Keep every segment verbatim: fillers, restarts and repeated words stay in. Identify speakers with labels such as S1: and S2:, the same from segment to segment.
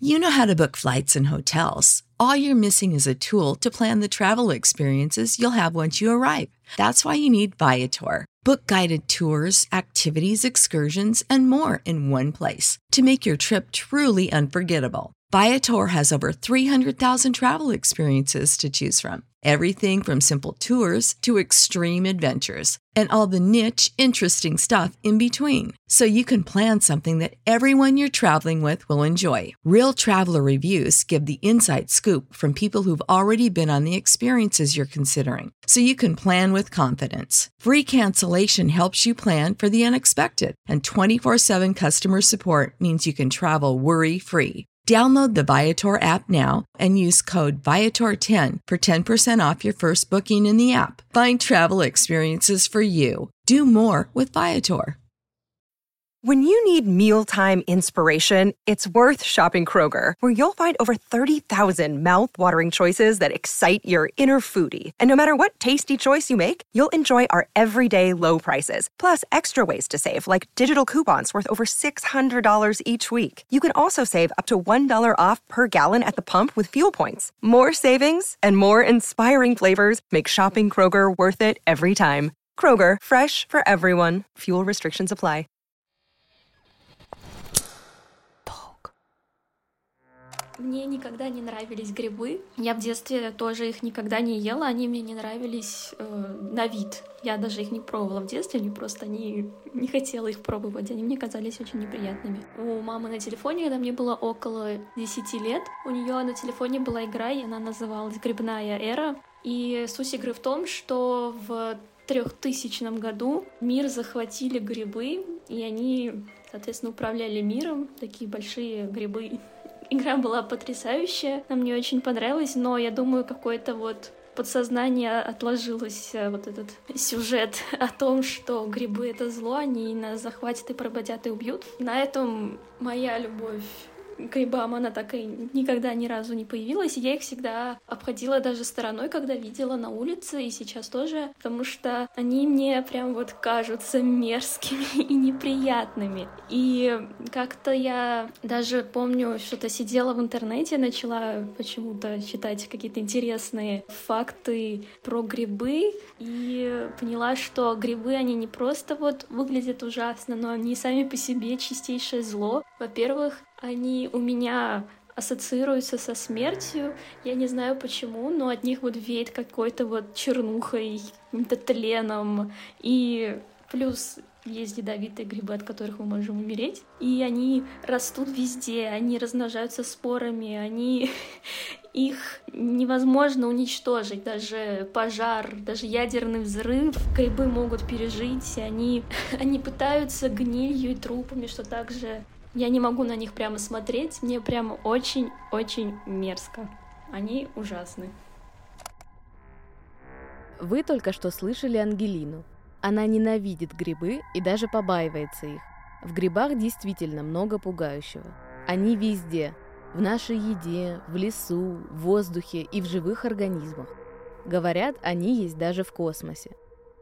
S1: You know how to book flights and hotels. All you're missing is a tool to plan the travel experiences you'll have once you arrive. That's why you need Viator. Book guided tours, activities, excursions, and more in one place to make your trip truly unforgettable. Viator has over three hundred thousand travel experiences to choose from. Everything from simple tours to extreme adventures and all the niche, interesting stuff in between. So you can plan something that everyone you're traveling with will enjoy. Real traveler reviews give the inside scoop from people who've already been on the experiences you're considering. So you can plan with confidence. Free cancellation helps you plan for the unexpected. And twenty-four seven customer support means you can travel worry-free. Download the Viator app now and use code Viator ten for ten percent off your first booking in the app. Find travel experiences for you. Do more with Viator.
S2: When you need mealtime inspiration, it's worth shopping Kroger, where you'll find over thirty thousand mouth-watering choices that excite your inner foodie. And no matter what tasty choice you make, you'll enjoy our everyday low prices, plus extra ways to save, like digital coupons worth over six hundred dollars each week. You can also save up to one dollar off per gallon at the pump with fuel points. More savings and more inspiring flavors make shopping Kroger worth it every time. Kroger, fresh for everyone. Fuel restrictions apply.
S3: Мне никогда не нравились грибы. Я в детстве тоже их никогда не ела. Они мне не нравились э, на вид. Я даже их не пробовала в детстве. Мне просто не, не хотела их пробовать. Они мне казались очень неприятными. У мамы на телефоне, когда мне было около десяти лет, у нее на телефоне была игра, и она называлась «Грибная эра». И суть игры в том, что в трехтысячном году мир захватили грибы, и они, соответственно, управляли миром. Такие большие грибы. Игра была потрясающая, она мне очень понравилась, но я думаю, какое-то вот подсознание отложилось, вот этот сюжет о том, что грибы — это зло, они нас захватят и поработят и убьют. На этом моя любовь к грибам, она так и никогда ни разу не появилась, и я их всегда обходила даже стороной, когда видела на улице, и сейчас тоже, потому что они мне прям вот кажутся мерзкими и неприятными. И как-то я даже помню, что-то сидела в интернете, начала почему-то читать какие-то интересные факты про грибы, и поняла, что грибы, они не просто вот выглядят ужасно, но они сами по себе чистейшее зло. Во-первых, они у меня ассоциируются со смертью. Я не знаю почему, но от них вот веет какой-то вот чернухой, каким-то тленом. И плюс есть ядовитые грибы, от которых мы можем умереть. И они растут везде, они размножаются спорами, они... Их невозможно уничтожить, даже пожар, даже ядерный взрыв. Грибы могут пережить, и они, они пытаются гнилью и трупами, что также... Я не могу на них прямо смотреть, мне прямо очень-очень мерзко. Они ужасны.
S4: Вы только что слышали Ангелину. Она ненавидит грибы и даже побаивается их. В грибах действительно много пугающего. Они везде. В нашей еде, в лесу, в воздухе и в живых организмах. Говорят, они есть даже в космосе.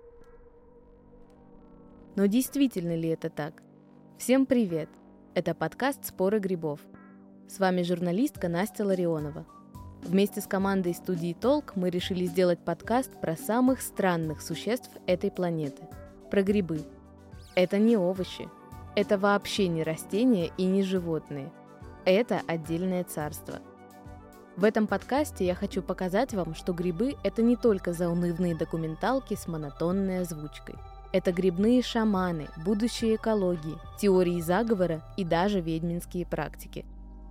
S4: Но действительно ли это так? Всем привет! Это подкаст «Споры грибов». С вами журналистка Настя Ларионова. Вместе с командой студии «Толк» мы решили сделать подкаст про самых странных существ этой планеты. Про грибы. Это не овощи. Это вообще не растения и не животные. Это отдельное царство. В этом подкасте я хочу показать вам, что грибы – это не только заунывные документалки с монотонной озвучкой. Это грибные шаманы, будущее экологии, теории заговора и даже ведьминские практики.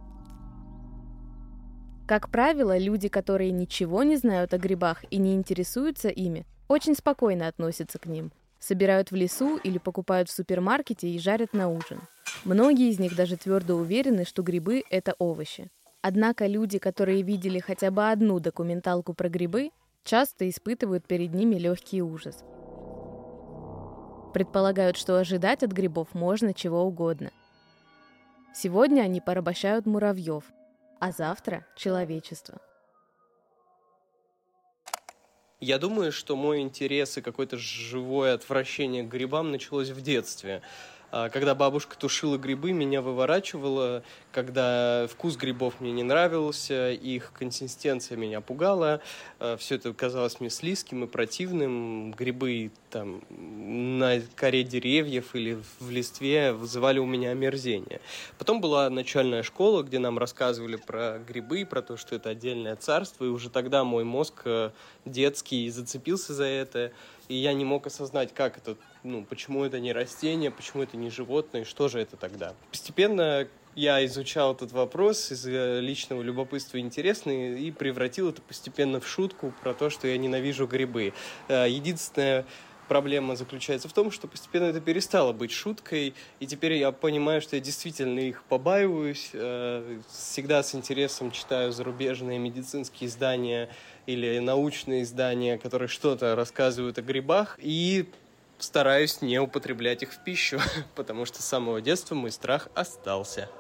S4: Как правило, люди, которые ничего не знают о грибах и не интересуются ими, очень спокойно относятся к ним. Собирают в лесу или покупают в супермаркете и жарят на ужин. Многие из них даже твердо уверены, что грибы – это овощи. Однако люди, которые видели хотя бы одну документалку про грибы, часто испытывают перед ними легкий ужас. Предполагают, что ожидать от грибов можно чего угодно. Сегодня они порабощают муравьев, а завтра – человечество.
S5: Я думаю, что мой интерес и какое-то живое отвращение к грибам началось в детстве. Когда бабушка тушила грибы, меня выворачивало. Когда вкус грибов мне не нравился, их консистенция меня пугала. Все это казалось мне слизким и противным. Грибы там на коре деревьев или в листве вызывали у меня омерзение. Потом была начальная школа, где нам рассказывали про грибы, про то, что это отдельное царство. И уже тогда мой мозг детский зацепился за это. И я не мог осознать, как это, ну, почему это не растение, почему это не животное, что же это тогда. Постепенно я изучал этот вопрос из личного любопытства и интереса и превратил это постепенно в шутку про то, что я ненавижу грибы. Единственное, проблема заключается в том, что постепенно это перестало быть шуткой, и теперь я понимаю, что я действительно их побаиваюсь. Всегда с интересом читаю зарубежные медицинские издания или научные издания, которые что-то рассказывают о грибах, и стараюсь не употреблять их в пищу, потому что с самого детства мой страх остался.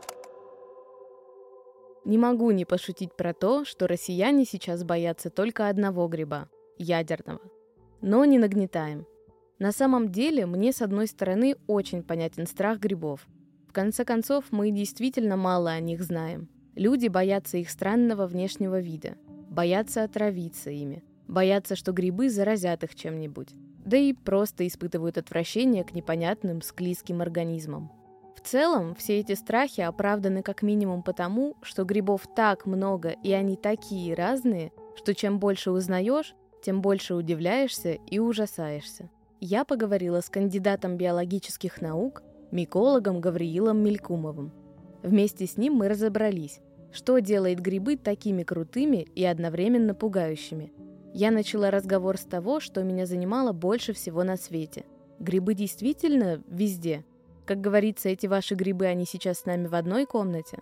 S4: Не могу не пошутить про то, что россияне сейчас боятся только одного гриба – ядерного. Но не нагнетаем. На самом деле, мне, с одной стороны, очень понятен страх грибов. В конце концов, мы действительно мало о них знаем. Люди боятся их странного внешнего вида, боятся отравиться ими, боятся, что грибы заразят их чем-нибудь, да и просто испытывают отвращение к непонятным склизким организмам. В целом, все эти страхи оправданы как минимум потому, что грибов так много и они такие разные, что чем больше узнаешь, тем больше удивляешься и ужасаешься. Я поговорила с кандидатом биологических наук, микологом Гавриилом Мелькумовым. Вместе с ним мы разобрались, что делает грибы такими крутыми и одновременно пугающими. Я начала разговор с того, что меня занимало больше всего на свете. Грибы действительно везде? Как говорится, эти ваши грибы, они сейчас с нами в одной комнате?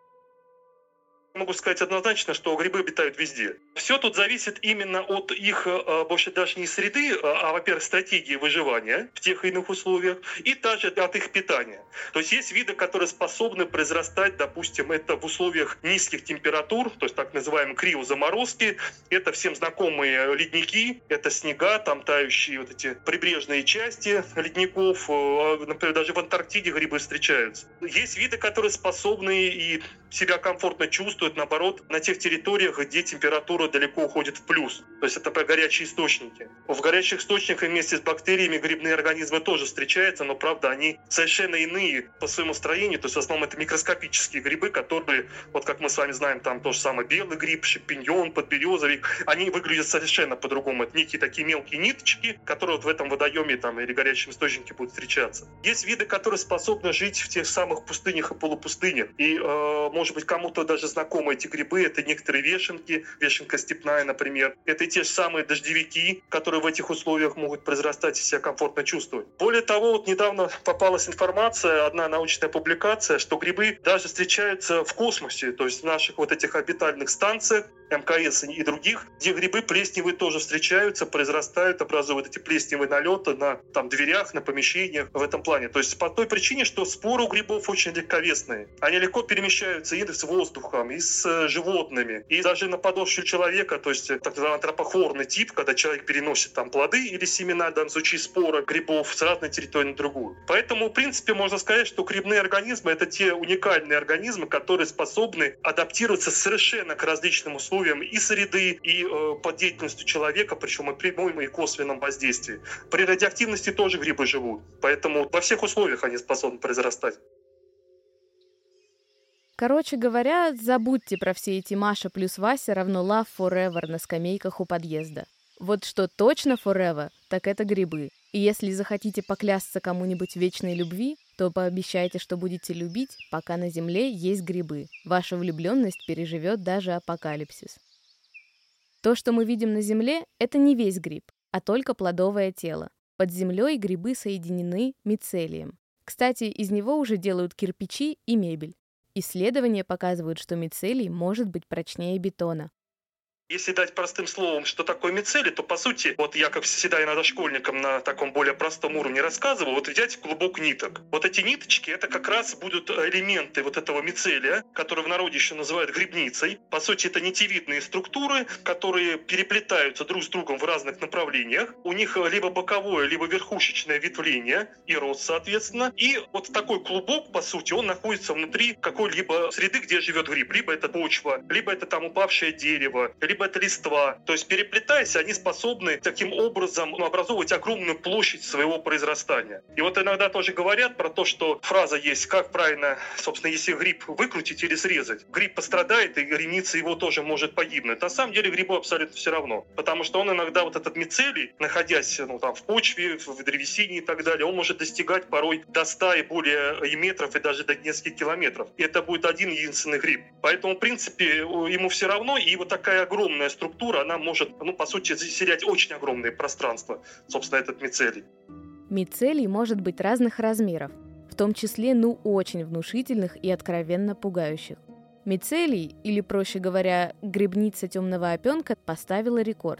S6: Могу сказать однозначно, что грибы обитают везде. Все тут зависит именно от их, больше даже не среды, а, во-первых, стратегии выживания в тех или иных условиях, и также от их питания. То есть есть виды, которые способны произрастать, допустим, это в условиях низких температур, то есть так называемые криозаморозки, это всем знакомые ледники, это снега, там тающие вот эти прибрежные части ледников, например, даже в Антарктиде грибы встречаются. Есть виды, которые способны и себя комфортно чувствуют, наоборот, на тех территориях, где температура далеко уходит в плюс. То есть это горячие источники. В горячих источниках вместе с бактериями грибные организмы тоже встречаются, но, правда, они совершенно иные по своему строению. То есть в основном это микроскопические грибы, которые, вот как мы с вами знаем, там то же самое белый гриб, шампиньон, подберезовик, они выглядят совершенно по-другому. Это некие такие мелкие ниточки, которые вот в этом водоеме там, или горячем источнике будут встречаться. Есть виды, которые способны жить в тех самых пустынях и полупустынях. И, э, может быть, кому-то даже знакомы эти грибы. Это некоторые вешенки, вешенка степная, например. Это и те же самые дождевики, которые в этих условиях могут произрастать и себя комфортно чувствовать. Более того, вот недавно попалась информация, одна научная публикация, что грибы даже встречаются в космосе, то есть в наших вот этих орбитальных станциях, эм ка эс и других, где грибы плесневые тоже встречаются, произрастают, образуют эти плесневые налеты на там, дверях, на помещениях в этом плане. То есть по той причине, что споры у грибов очень легковесные. Они легко перемещаются и с воздухом, и с животными, и даже на подошве человека, то есть так называемый антропохорный тип, когда человек переносит там плоды или семена, в данном случае споры грибов с разной территории на другую. Поэтому, в принципе, можно сказать, что грибные организмы — это те уникальные организмы, которые способны адаптироваться совершенно к различным условиям и среды, и э, под деятельностью человека, причем и прямом, и косвенном воздействии. При радиоактивности тоже грибы живут, поэтому во всех условиях они способны произрастать.
S4: Короче говоря, забудьте про все эти Маша плюс Вася равно love forever на скамейках у подъезда. Вот что точно forever, так это грибы. И если захотите поклясться кому-нибудь в вечной любви, то пообещайте, что будете любить, пока на земле есть грибы. Ваша влюбленность переживет даже апокалипсис. То, что мы видим на земле, это не весь гриб, а только плодовое тело. Под землей грибы соединены мицелием. Кстати, из него уже делают кирпичи и мебель. Исследования показывают, что мицелий может быть прочнее бетона.
S6: Если дать простым словом, что такое мицелий, то, по сути, вот я, как всегда, иногда школьникам на таком более простом уровне рассказываю, вот взять клубок ниток. Вот эти ниточки, это как раз будут элементы вот этого мицелия, который в народе еще называют грибницей. По сути, это нитевидные структуры, которые переплетаются друг с другом в разных направлениях. У них либо боковое, либо верхушечное ветвление и рост, соответственно. И вот такой клубок, по сути, он находится внутри какой-либо среды, где живет гриб. Либо это почва, либо это там упавшее дерево, либо это листва. То есть, переплетаясь, они способны таким образом ну, образовывать огромную площадь своего произрастания. И вот иногда тоже говорят про то, что фраза есть, как правильно, собственно, если гриб выкрутить или срезать. Гриб пострадает, и грибница его тоже может погибнуть. На самом деле грибу абсолютно все равно. Потому что он иногда, вот этот мицелий, находясь ну, там, в почве, в древесине и так далее, он может достигать порой до ста и более метров, и даже до нескольких километров. И это будет один единственный гриб. Поэтому, в принципе, ему все равно, и вот такая огромная Огромная структура, она может, ну, по сути, заселять очень огромные пространства, собственно, этот мицелий.
S4: Мицелий может быть разных размеров, в том числе, ну, очень внушительных и откровенно пугающих. Мицелий, или, проще говоря, грибница темного опенка, поставила рекорд.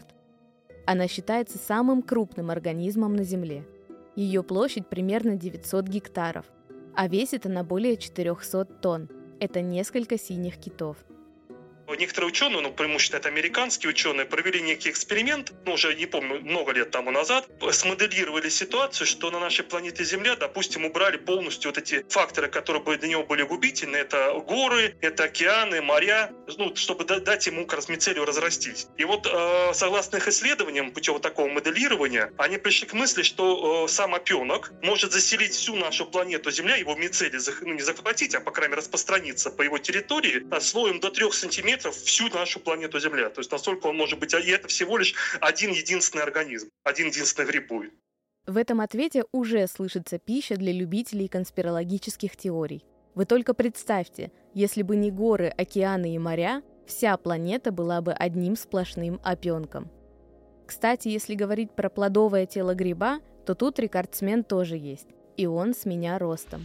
S4: Она считается самым крупным организмом на Земле. Ее площадь примерно девятьсот гектаров, а весит она более четыреста тонн. Это несколько синих китов.
S6: Некоторые ученые, ну, преимущественно это американские ученые, провели некий эксперимент, ну, уже не помню, много лет тому назад, смоделировали ситуацию, что на нашей планете Земля, допустим, убрали полностью вот эти факторы, которые бы для него были губительны. Это горы, это океаны, моря, ну, чтобы дать ему как раз мицелию разрастись. И вот, э, согласно их исследованиям, путем вот такого моделирования, они пришли к мысли, что э, сам опенок может заселить всю нашу планету Земля, его мицелий, ну, не захватить, а, по крайней мере, распространиться по его территории слоем до трех сантиметров всю нашу планету Земля. То есть настолько он может быть, и это всего лишь один единственный организм, один единственный гриб будет.
S4: В этом ответе уже слышится пища для любителей конспирологических теорий. Вы только представьте, если бы не горы, океаны и моря, вся планета была бы одним сплошным опенком. Кстати, если говорить про плодовое тело гриба, то тут рекордсмен тоже есть, и он с меня ростом.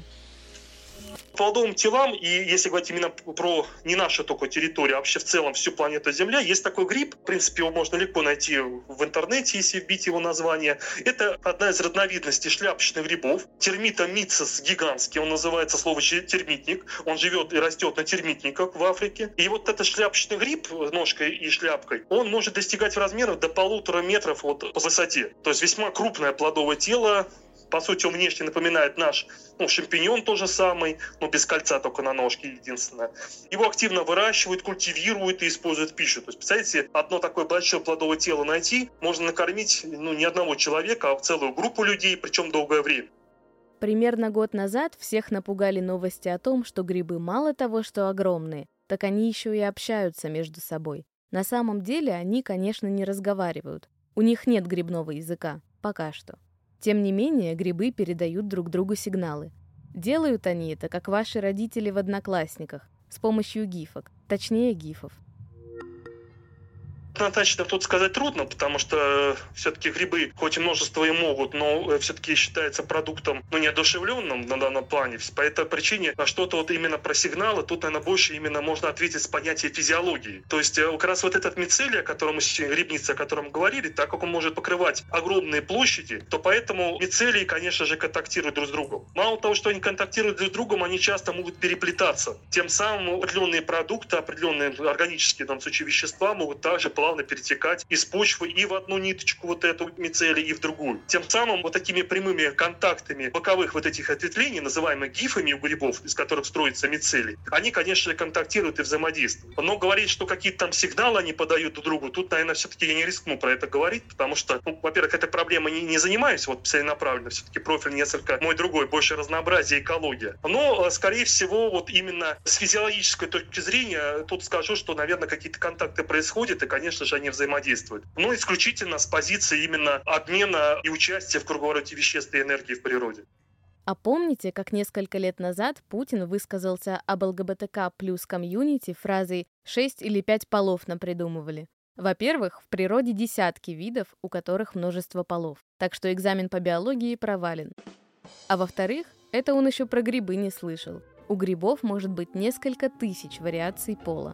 S6: Плодовым телам, и если говорить именно про не нашу только территорию, а вообще в целом всю планету Земля, есть такой гриб, в принципе, его можно легко найти в интернете, если вбить его название. Это одна из разновидностей шляпочных грибов, термитомицес гигантский, он называется слово термитник, он живет и растет на термитниках в Африке. И вот этот шляпочный гриб ножкой и шляпкой, он может достигать в размерах до полутора метров вот по высоте. То есть весьма крупное плодовое тело. По сути, он внешне напоминает наш ну, шампиньон тот же самый, но без кольца, только на ножке единственное. Его активно выращивают, культивируют и используют в пищу. То есть, представляете, одно такое большое плодовое тело найти, можно накормить ну, не одного человека, а целую группу людей, причем долгое время.
S4: Примерно год назад всех напугали новости о том, что грибы мало того, что огромные, так они еще и общаются между собой. На самом деле они, конечно, не разговаривают. У них нет грибного языка. Пока что. Тем не менее, грибы передают друг другу сигналы. Делают они это, как ваши родители в «Одноклассниках», с помощью гифок, точнее гифов.
S6: Однозначно тут сказать трудно, потому что все-таки грибы, хоть и множество и могут, но все-таки считается продуктом ну, неодушевленным на данном плане. По этой причине что-то вот именно про сигналы, тут, наверное, больше именно можно ответить с понятия физиологии. То есть как раз вот этот мицелий, о котором мы сейчас, грибница, о котором мы говорили, так как он может покрывать огромные площади, то поэтому мицелии, конечно же, контактируют друг с другом. Мало того, что они контактируют друг с другом, они часто могут переплетаться. Тем самым определенные продукты, определенные органические, в данном случае, вещества могут также плавно перетекать из почвы и в одну ниточку вот эту мицелий, и в другую. Тем самым вот такими прямыми контактами боковых вот этих ответвлений, называемых гифами у грибов, из которых строится мицелий, они, конечно, контактируют и взаимодействуют. Но говорить, что какие-то там сигналы они подают друг другу, тут, наверное, все-таки я не рискну про это говорить, потому что, ну, во-первых, этой проблемой не, не занимаюсь вот целенаправленно, все-таки профиль несколько мой другой, больше разнообразие, экология. Но, скорее всего, вот именно с физиологической точки зрения, тут скажу, что, наверное, какие-то контакты происходят, и, конечно, конечно же, они взаимодействуют. Но исключительно с позиции именно обмена и участия в круговороте веществ и энергии в природе.
S4: А помните, как несколько лет назад Путин высказался об ЛГБТК плюс комьюнити фразой «шесть или пять полов напридумывали»? Во-первых, в природе десятки видов, у которых множество полов, так что экзамен по биологии провален. А во-вторых, это он еще про грибы не слышал. У грибов может быть несколько тысяч вариаций пола.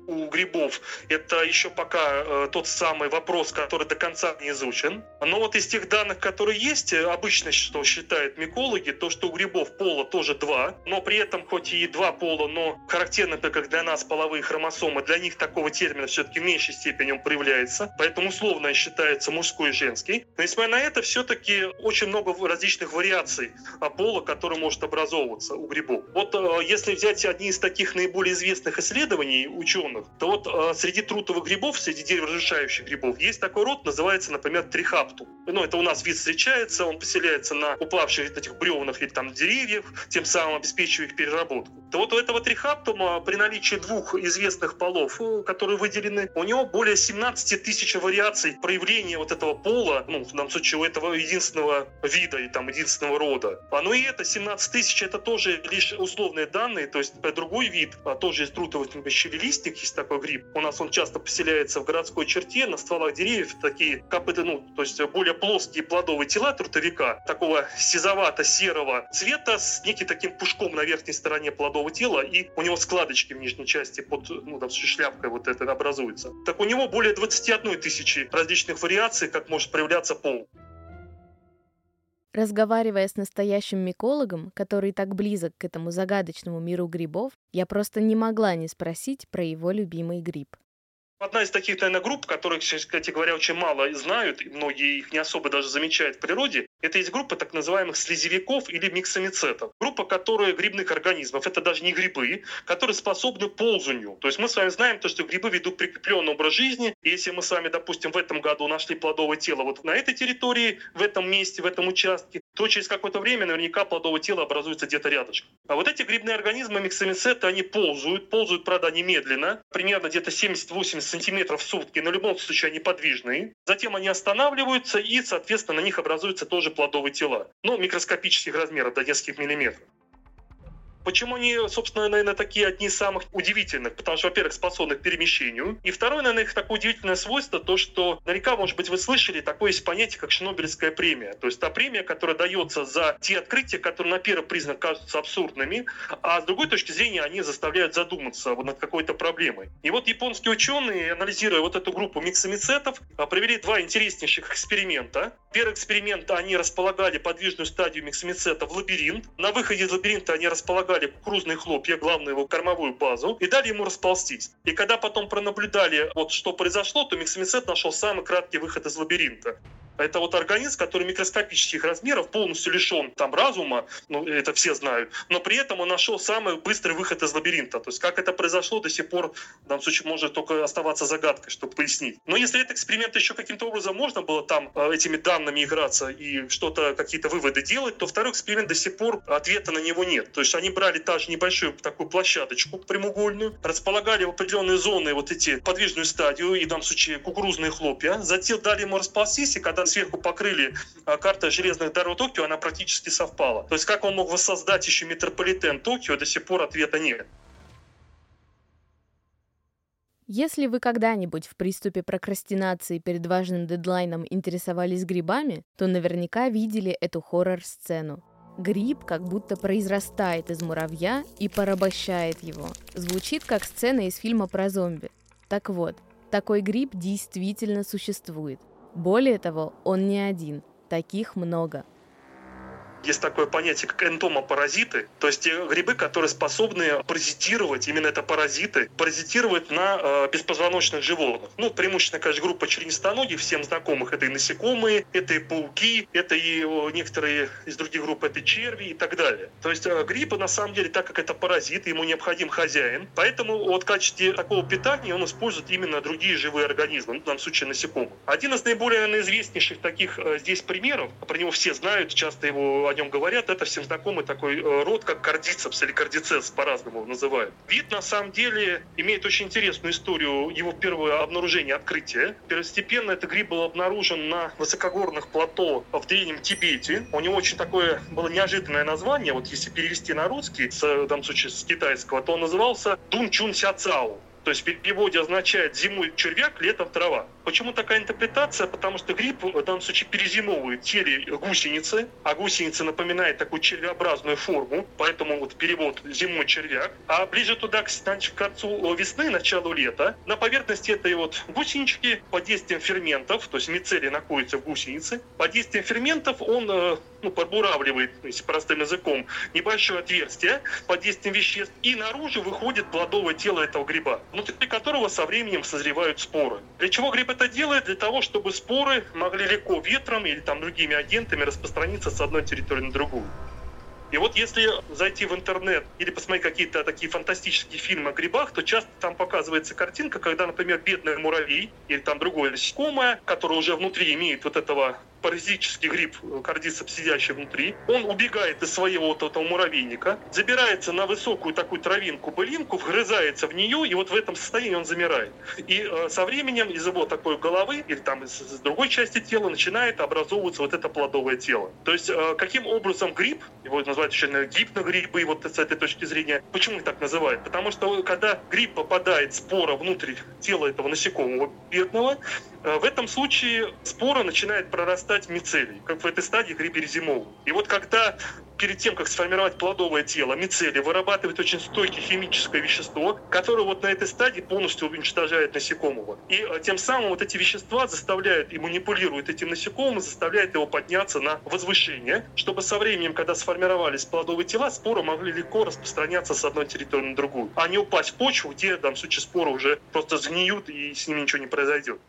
S6: у грибов – это еще пока э, тот самый вопрос, который до конца не изучен. Но вот из тех данных, которые есть, обычно что считают микологи, то, что у грибов пола тоже два, но при этом хоть и два пола, но характерно, как для нас половые хромосомы, для них такого термина все-таки в меньшей степени он проявляется, поэтому условно считается мужской и женский. Но несмотря на это, все-таки очень много различных вариаций пола, которые может образовываться у грибов. Вот э, если взять одни из таких наиболее известных исследований ученых, то вот э, среди трутовых грибов, среди дереворазрушающих грибов, есть такой род, называется, например, трихаптум. Ну, это у нас вид встречается, он поселяется на упавших этих бревнах или там деревьев, тем самым обеспечивая их переработку. То вот у этого трихаптума при наличии двух известных полов, которые выделены, у него более семнадцать тысяч вариаций проявления вот этого пола, ну, в данном случае у этого единственного вида и там единственного рода. А ну и это семнадцать тысяч, это тоже лишь условные данные, то есть другой вид, а тоже из трутовых, например, щавелистник, есть такой гриб. У нас он часто поселяется в городской черте, на стволах деревьев, такие капы, ну, то есть более плоские плодовые тела трутовика, такого сизовато-серого цвета с неким таким пушком на верхней стороне плодового тела, и у него складочки в нижней части под, ну, там, шляпкой вот это образуется. Так у него более двадцать одна тысяча различных вариаций, как может проявляться пол.
S4: Разговаривая с настоящим микологом, который так близок к этому загадочному миру грибов, я просто не могла не спросить про его любимый гриб.
S6: Одна из таких, наверное, групп, которых, кстати говоря, очень мало знают, и многие их не особо даже замечают в природе, это есть группа так называемых слизевиков или миксомицетов. Группа, которая грибных организмов, это даже не грибы, которые способны к ползанию. То есть мы с вами знаем, то, что грибы ведут прикрепленный образ жизни. И если мы с вами, допустим, в этом году нашли плодовое тело вот на этой территории, в этом месте, в этом участке, то через какое-то время наверняка плодовое тело образуется где-то рядышком. А вот эти грибные организмы, миксомицеты, они ползают. Ползают, правда, немедленно, примерно где-то семьдесят-восемьдесят сантиметров в сутки, но в любом случае они подвижные. Затем они останавливаются, и, соответственно, на них образуются тоже плодовые тела. Ну, микроскопических размеров, до нескольких миллиметров. Почему они, собственно, наверное, такие одни из самых удивительных? Потому что, во-первых, способны к перемещению. И второе, наверное, их такое удивительное свойство, то, что наверняка, может быть, вы слышали, такое есть понятие, как Шнобелевская премия. То есть та премия, которая дается за те открытия, которые на первый признак кажутся абсурдными, а с другой точки зрения они заставляют задуматься вот над какой-то проблемой. И вот японские ученые, анализируя вот эту группу миксомицетов, провели два интереснейших эксперимента. Первый эксперимент, они располагали подвижную стадию миксомицета в лабиринт. На выходе из лабиринта они располагали кукурузные хлопья, главную его кормовую базу, и дали ему расползтись. И когда потом пронаблюдали, вот что произошло, то миксомицет нашел самый краткий выход из лабиринта. Это вот организм, который микроскопических размеров, полностью лишен там разума, ну это все знают, но при этом он нашел самый быстрый выход из лабиринта. То есть как это произошло, до сих пор в данном случае может только оставаться загадкой, чтобы пояснить. Но если этот эксперимент еще каким-то образом можно было там этими данными играться и что-то, какие-то выводы делать, то второй эксперимент до сих пор ответа на него нет. То есть они брали даже небольшую такую площадочку прямоугольную, располагали в определенные зоны вот эти подвижную стадию, и в данном случае кукурузные хлопья, затем дали ему расползтись, и когда сверху покрыли карта железных дорог Токио, она практически совпала. То есть как он мог воссоздать еще метрополитен Токио, до сих пор ответа нет.
S4: Если вы когда-нибудь в приступе прокрастинации перед важным дедлайном интересовались грибами, то наверняка видели эту хоррор-сцену. Гриб как будто произрастает из муравья и порабощает его. Звучит как сцена из фильма про зомби. Так вот, такой гриб действительно существует. Более того, он не один. Таких много.
S6: Есть такое понятие, как энтомопаразиты, то есть те грибы, которые способны паразитировать, именно это паразиты, паразитировать на э, беспозвоночных животных. Ну, преимущественно, конечно, группа членистоногих, всем знакомых, это и насекомые, это и пауки, это и о, некоторые из других групп, это черви и так далее. То есть э, гриб, на самом деле, так как это паразит, ему необходим хозяин, поэтому вот в качестве такого питания он использует именно другие живые организмы, ну, в данном случае насекомых. Один из наиболее, наверное, известнейших таких э, здесь примеров, про него все знают, часто его о нем говорят, это всем знакомый такой род, как кардицепс или кардицепс, по-разному его называют. Вид, на самом деле, имеет очень интересную историю его первого обнаружения, открытия. Первостепенно этот гриб был обнаружен на высокогорных плато в Древнем Тибете. У него очень такое было неожиданное название, вот если перевести на русский, с, в данном случае с китайского, то он назывался Дун Чун Ся Цао. То есть в переводе означает «зимой червяк, летом трава». Почему такая интерпретация? Потому что гриб в данном случае перезимовывает в теле гусеницы, а гусеница напоминает такую червеобразную форму, поэтому вот перевод «зимой червяк». А ближе туда, к, значит, к концу весны, началу лета, на поверхности этой вот гусенички под действием ферментов, то есть мицелий находится в гусенице, под действием ферментов он ну, пробуравливает, если простым языком, небольшое отверстие под действием веществ, и наружу выходит плодовое тело этого гриба, внутри которого со временем созревают споры. Для чего гриб это делает? Для того, чтобы споры могли легко ветром или там другими агентами распространиться с одной территории на другую. И вот если зайти в интернет или посмотреть какие-то такие фантастические фильмы о грибах, то часто там показывается картинка, когда, например, бедный муравей или там другое насекомое, которое уже внутри имеет вот этого паразитический гриб, кардицепс, сидящий внутри, он убегает из своего вот этого муравейника, забирается на высокую такую травинку, былинку, вгрызается в нее, и вот в этом состоянии он замирает. И э, со временем из его такой головы или там из, из другой части тела начинает образовываться вот это плодовое тело. То есть э, каким образом гриб, его называют еще гипногрибы, вот с этой точки зрения, почему их так называют? Потому что когда гриб попадает, спора, внутрь тела этого насекомого бедного, в этом случае спора начинает прорастать мицелий, как в этой стадии гриб перезимовывает. И вот когда перед тем, как сформировать плодовое тело, мицелий вырабатывает очень стойкое химическое вещество, которое вот на этой стадии полностью уничтожает насекомого. И тем самым вот эти вещества заставляют и манипулируют этим насекомым, заставляют его подняться на возвышение, чтобы со временем, когда сформировались плодовые тела, споры могли легко распространяться с одной территории на другую, а не упасть в почву, где в данном случае споры уже просто сгниют и с ними ничего не произойдет.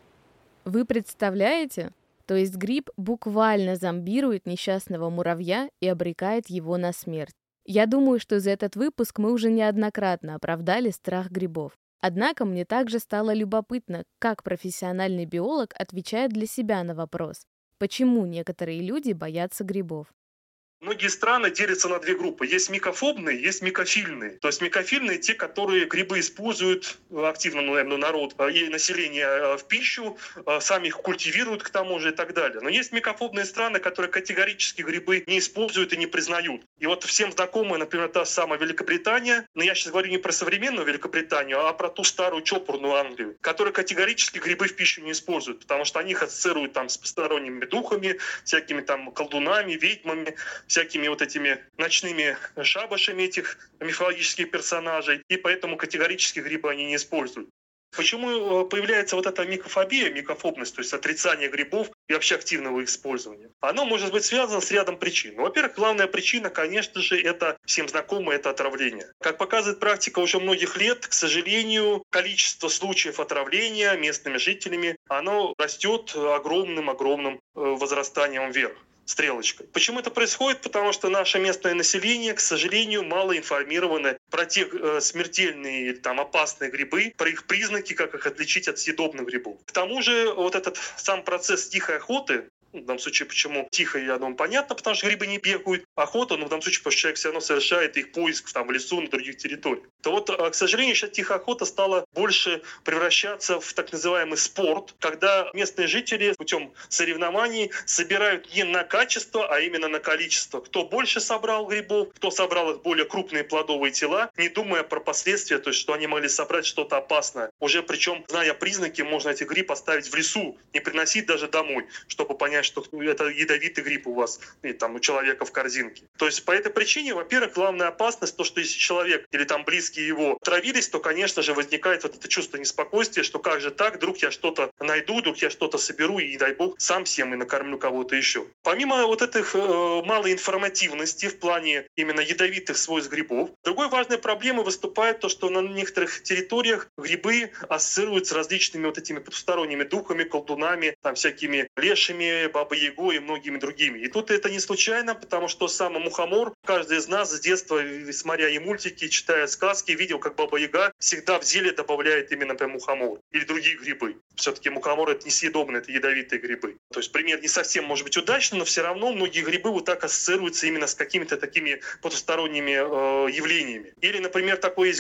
S4: Вы представляете? То есть гриб буквально зомбирует несчастного муравья и обрекает его на смерть. Я думаю, что за этот выпуск мы уже неоднократно оправдали страх грибов. Однако мне также стало любопытно, как профессиональный биолог отвечает для себя на вопрос, почему некоторые люди боятся грибов.
S6: Многие страны делятся на две группы. Есть микофобные, есть микофильные. То есть микофильные — те, которые грибы используют активно, ну, наверное, народ и население в пищу, сами их культивируют к тому же и так далее. Но есть микофобные страны, которые категорически грибы не используют и не признают. И вот всем знакомая, например, та самая Великобритания, но я сейчас говорю не про современную Великобританию, а про ту старую чопорную Англию, которая категорически грибы в пищу не используют, потому что они их ассоциируют там с посторонними духами, всякими там колдунами, ведьмами, всякими вот этими ночными шабашами этих мифологических персонажей, и поэтому категорически грибы они не используют. Почему появляется вот эта микофобия, микофобность, то есть отрицание грибов и вообще активного использования? Оно может быть связано с рядом причин. Ну, во-первых, главная причина, конечно же, это всем знакомое, это отравление. Как показывает практика уже многих лет, к сожалению, количество случаев отравления местными жителями, оно растет огромным-огромным возрастанием вверх. Стрелочкой. Почему это происходит? Потому что наше местное население, к сожалению, мало информировано про те э, смертельные или там опасные грибы, про их признаки, как их отличить от съедобных грибов. К тому же вот этот сам процесс тихой охоты, в данном случае, почему тихо, я думаю, понятно, потому что грибы не бегают. Охота, но в данном случае, потому что человек все равно совершает их поиск там, в лесу, на других территориях. То вот, к сожалению, сейчас тихая охота стала больше превращаться в так называемый спорт, когда местные жители путем соревнований собирают не на качество, а именно на количество. Кто больше собрал грибов, кто собрал их более крупные плодовые тела, не думая про последствия, то есть что они могли собрать что-то опасное. Уже причем, зная признаки, можно эти грибы оставить в лесу, не приносить даже домой, чтобы понять, что это ядовитый гриб у вас, или там у человека в корзинке. То есть по этой причине, во-первых, главная опасность, то, что если человек или там близкие его травились, то, конечно же, возникает вот это чувство неспокойствия, что как же так, вдруг я что-то найду, вдруг я что-то соберу и, дай бог, сам всем и накормлю кого-то еще. Помимо вот этих э, малой информативности в плане именно ядовитых свойств грибов, другой важной проблемой выступает то, что на некоторых территориях грибы ассоциируются с различными вот этими потусторонними духами, колдунами, там всякими лешими, Бабой-Ягой и многими другими. И тут это не случайно, потому что сам мухомор, каждый из нас с детства, смотря и мультики, читая сказки, видел, как Баба-Яга всегда в зелье добавляет именно например, мухомор или другие грибы. Все-таки мухомор — это несъедобные, это ядовитые грибы. То есть пример не совсем может быть удачный, но все равно многие грибы вот так ассоциируются именно с какими-то такими потусторонними э, явлениями. Или, например, такой есть гриб,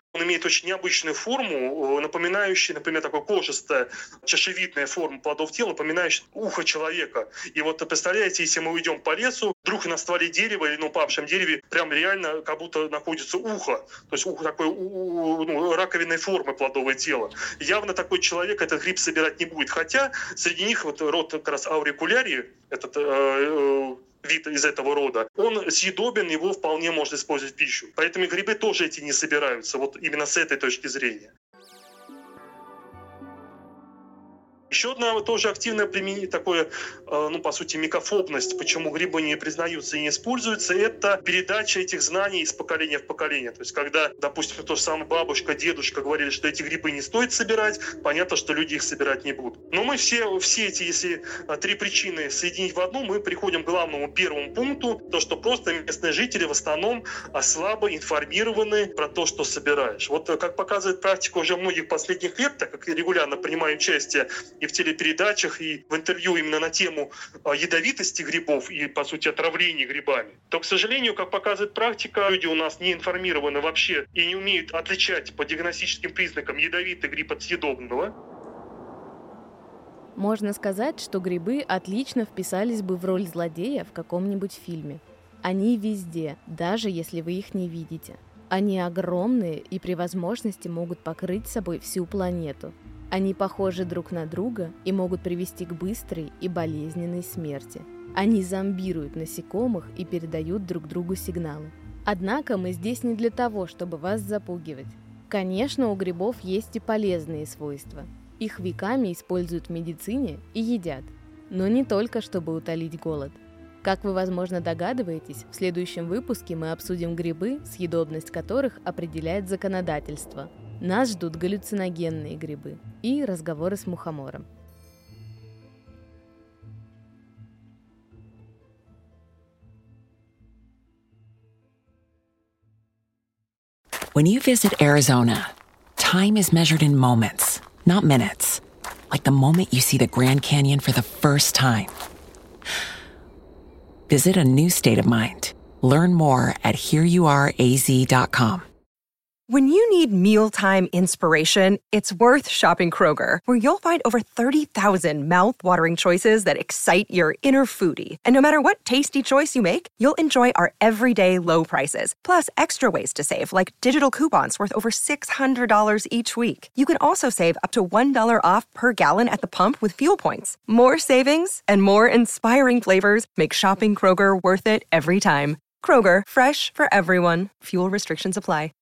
S6: Он имеет очень необычную форму, напоминающую, например, такое кожистая, чашевидная форма плодов тела, напоминающая ухо человека. И вот представляете, если мы уйдем по лесу, вдруг на стволе дерева или на упавшем дереве прям реально как будто находится ухо. То есть ухо такой ну, раковинной формы плодовое тело. Явно такой человек этот гриб собирать не будет. Хотя среди них вот род как раз аурикулярии, этот э, вид из этого рода, он съедобен, его вполне можно использовать в пищу. Поэтому грибы тоже эти не собираются, вот именно с этой точки зрения. Еще одна тоже активное применение, такое, ну, по сути, микофобность, почему грибы не признаются и не используются, это передача этих знаний из поколения в поколение. То есть, когда, допустим, то же самое бабушка, дедушка говорили, что эти грибы не стоит собирать, понятно, что люди их собирать не будут. Но мы все, все эти, если три причины соединить в одну, мы приходим к главному первому пункту, то, что просто местные жители в основном слабо информированы про то, что собираешь. Вот, как показывает практика уже многих последних лет, так как я регулярно принимаю участие и в телепередачах, и в интервью именно на тему ядовитости грибов и, по сути, отравления грибами, то, к сожалению, как показывает практика, люди у нас не информированы вообще и не умеют отличать по диагностическим признакам ядовитый гриб от съедобного.
S4: Можно сказать, что грибы отлично вписались бы в роль злодея в каком-нибудь фильме. Они везде, даже если вы их не видите. Они огромные и при возможности могут покрыть собой всю планету. Они похожи друг на друга и могут привести к быстрой и болезненной смерти. Они зомбируют насекомых и передают друг другу сигналы. Однако мы здесь не для того, чтобы вас запугивать. Конечно, у грибов есть и полезные свойства. Их веками используют в медицине и едят. Но не только, чтобы утолить голод. Как вы, возможно, догадываетесь, в следующем выпуске мы обсудим грибы, съедобность которых определяет законодательство. Нас ждут галлюциногенные грибы и разговоры с мухомором.
S7: When you visit Arizona, time is measured in moments, not minutes. Like the moment you see the Grand Canyon for the first time. Visit a new state of mind. Learn more at here you are a z dot com.
S2: When you need mealtime inspiration, it's worth shopping Kroger, where you'll find over thirty thousand mouth-watering choices that excite your inner foodie. And no matter what tasty choice you make, you'll enjoy our everyday low prices, plus extra ways to save, like digital coupons worth over six hundred dollars each week. You can also save up to one dollar off per gallon at the pump with fuel points. More savings and more inspiring flavors make shopping Kroger worth it every time. Kroger, fresh for everyone. Fuel restrictions apply.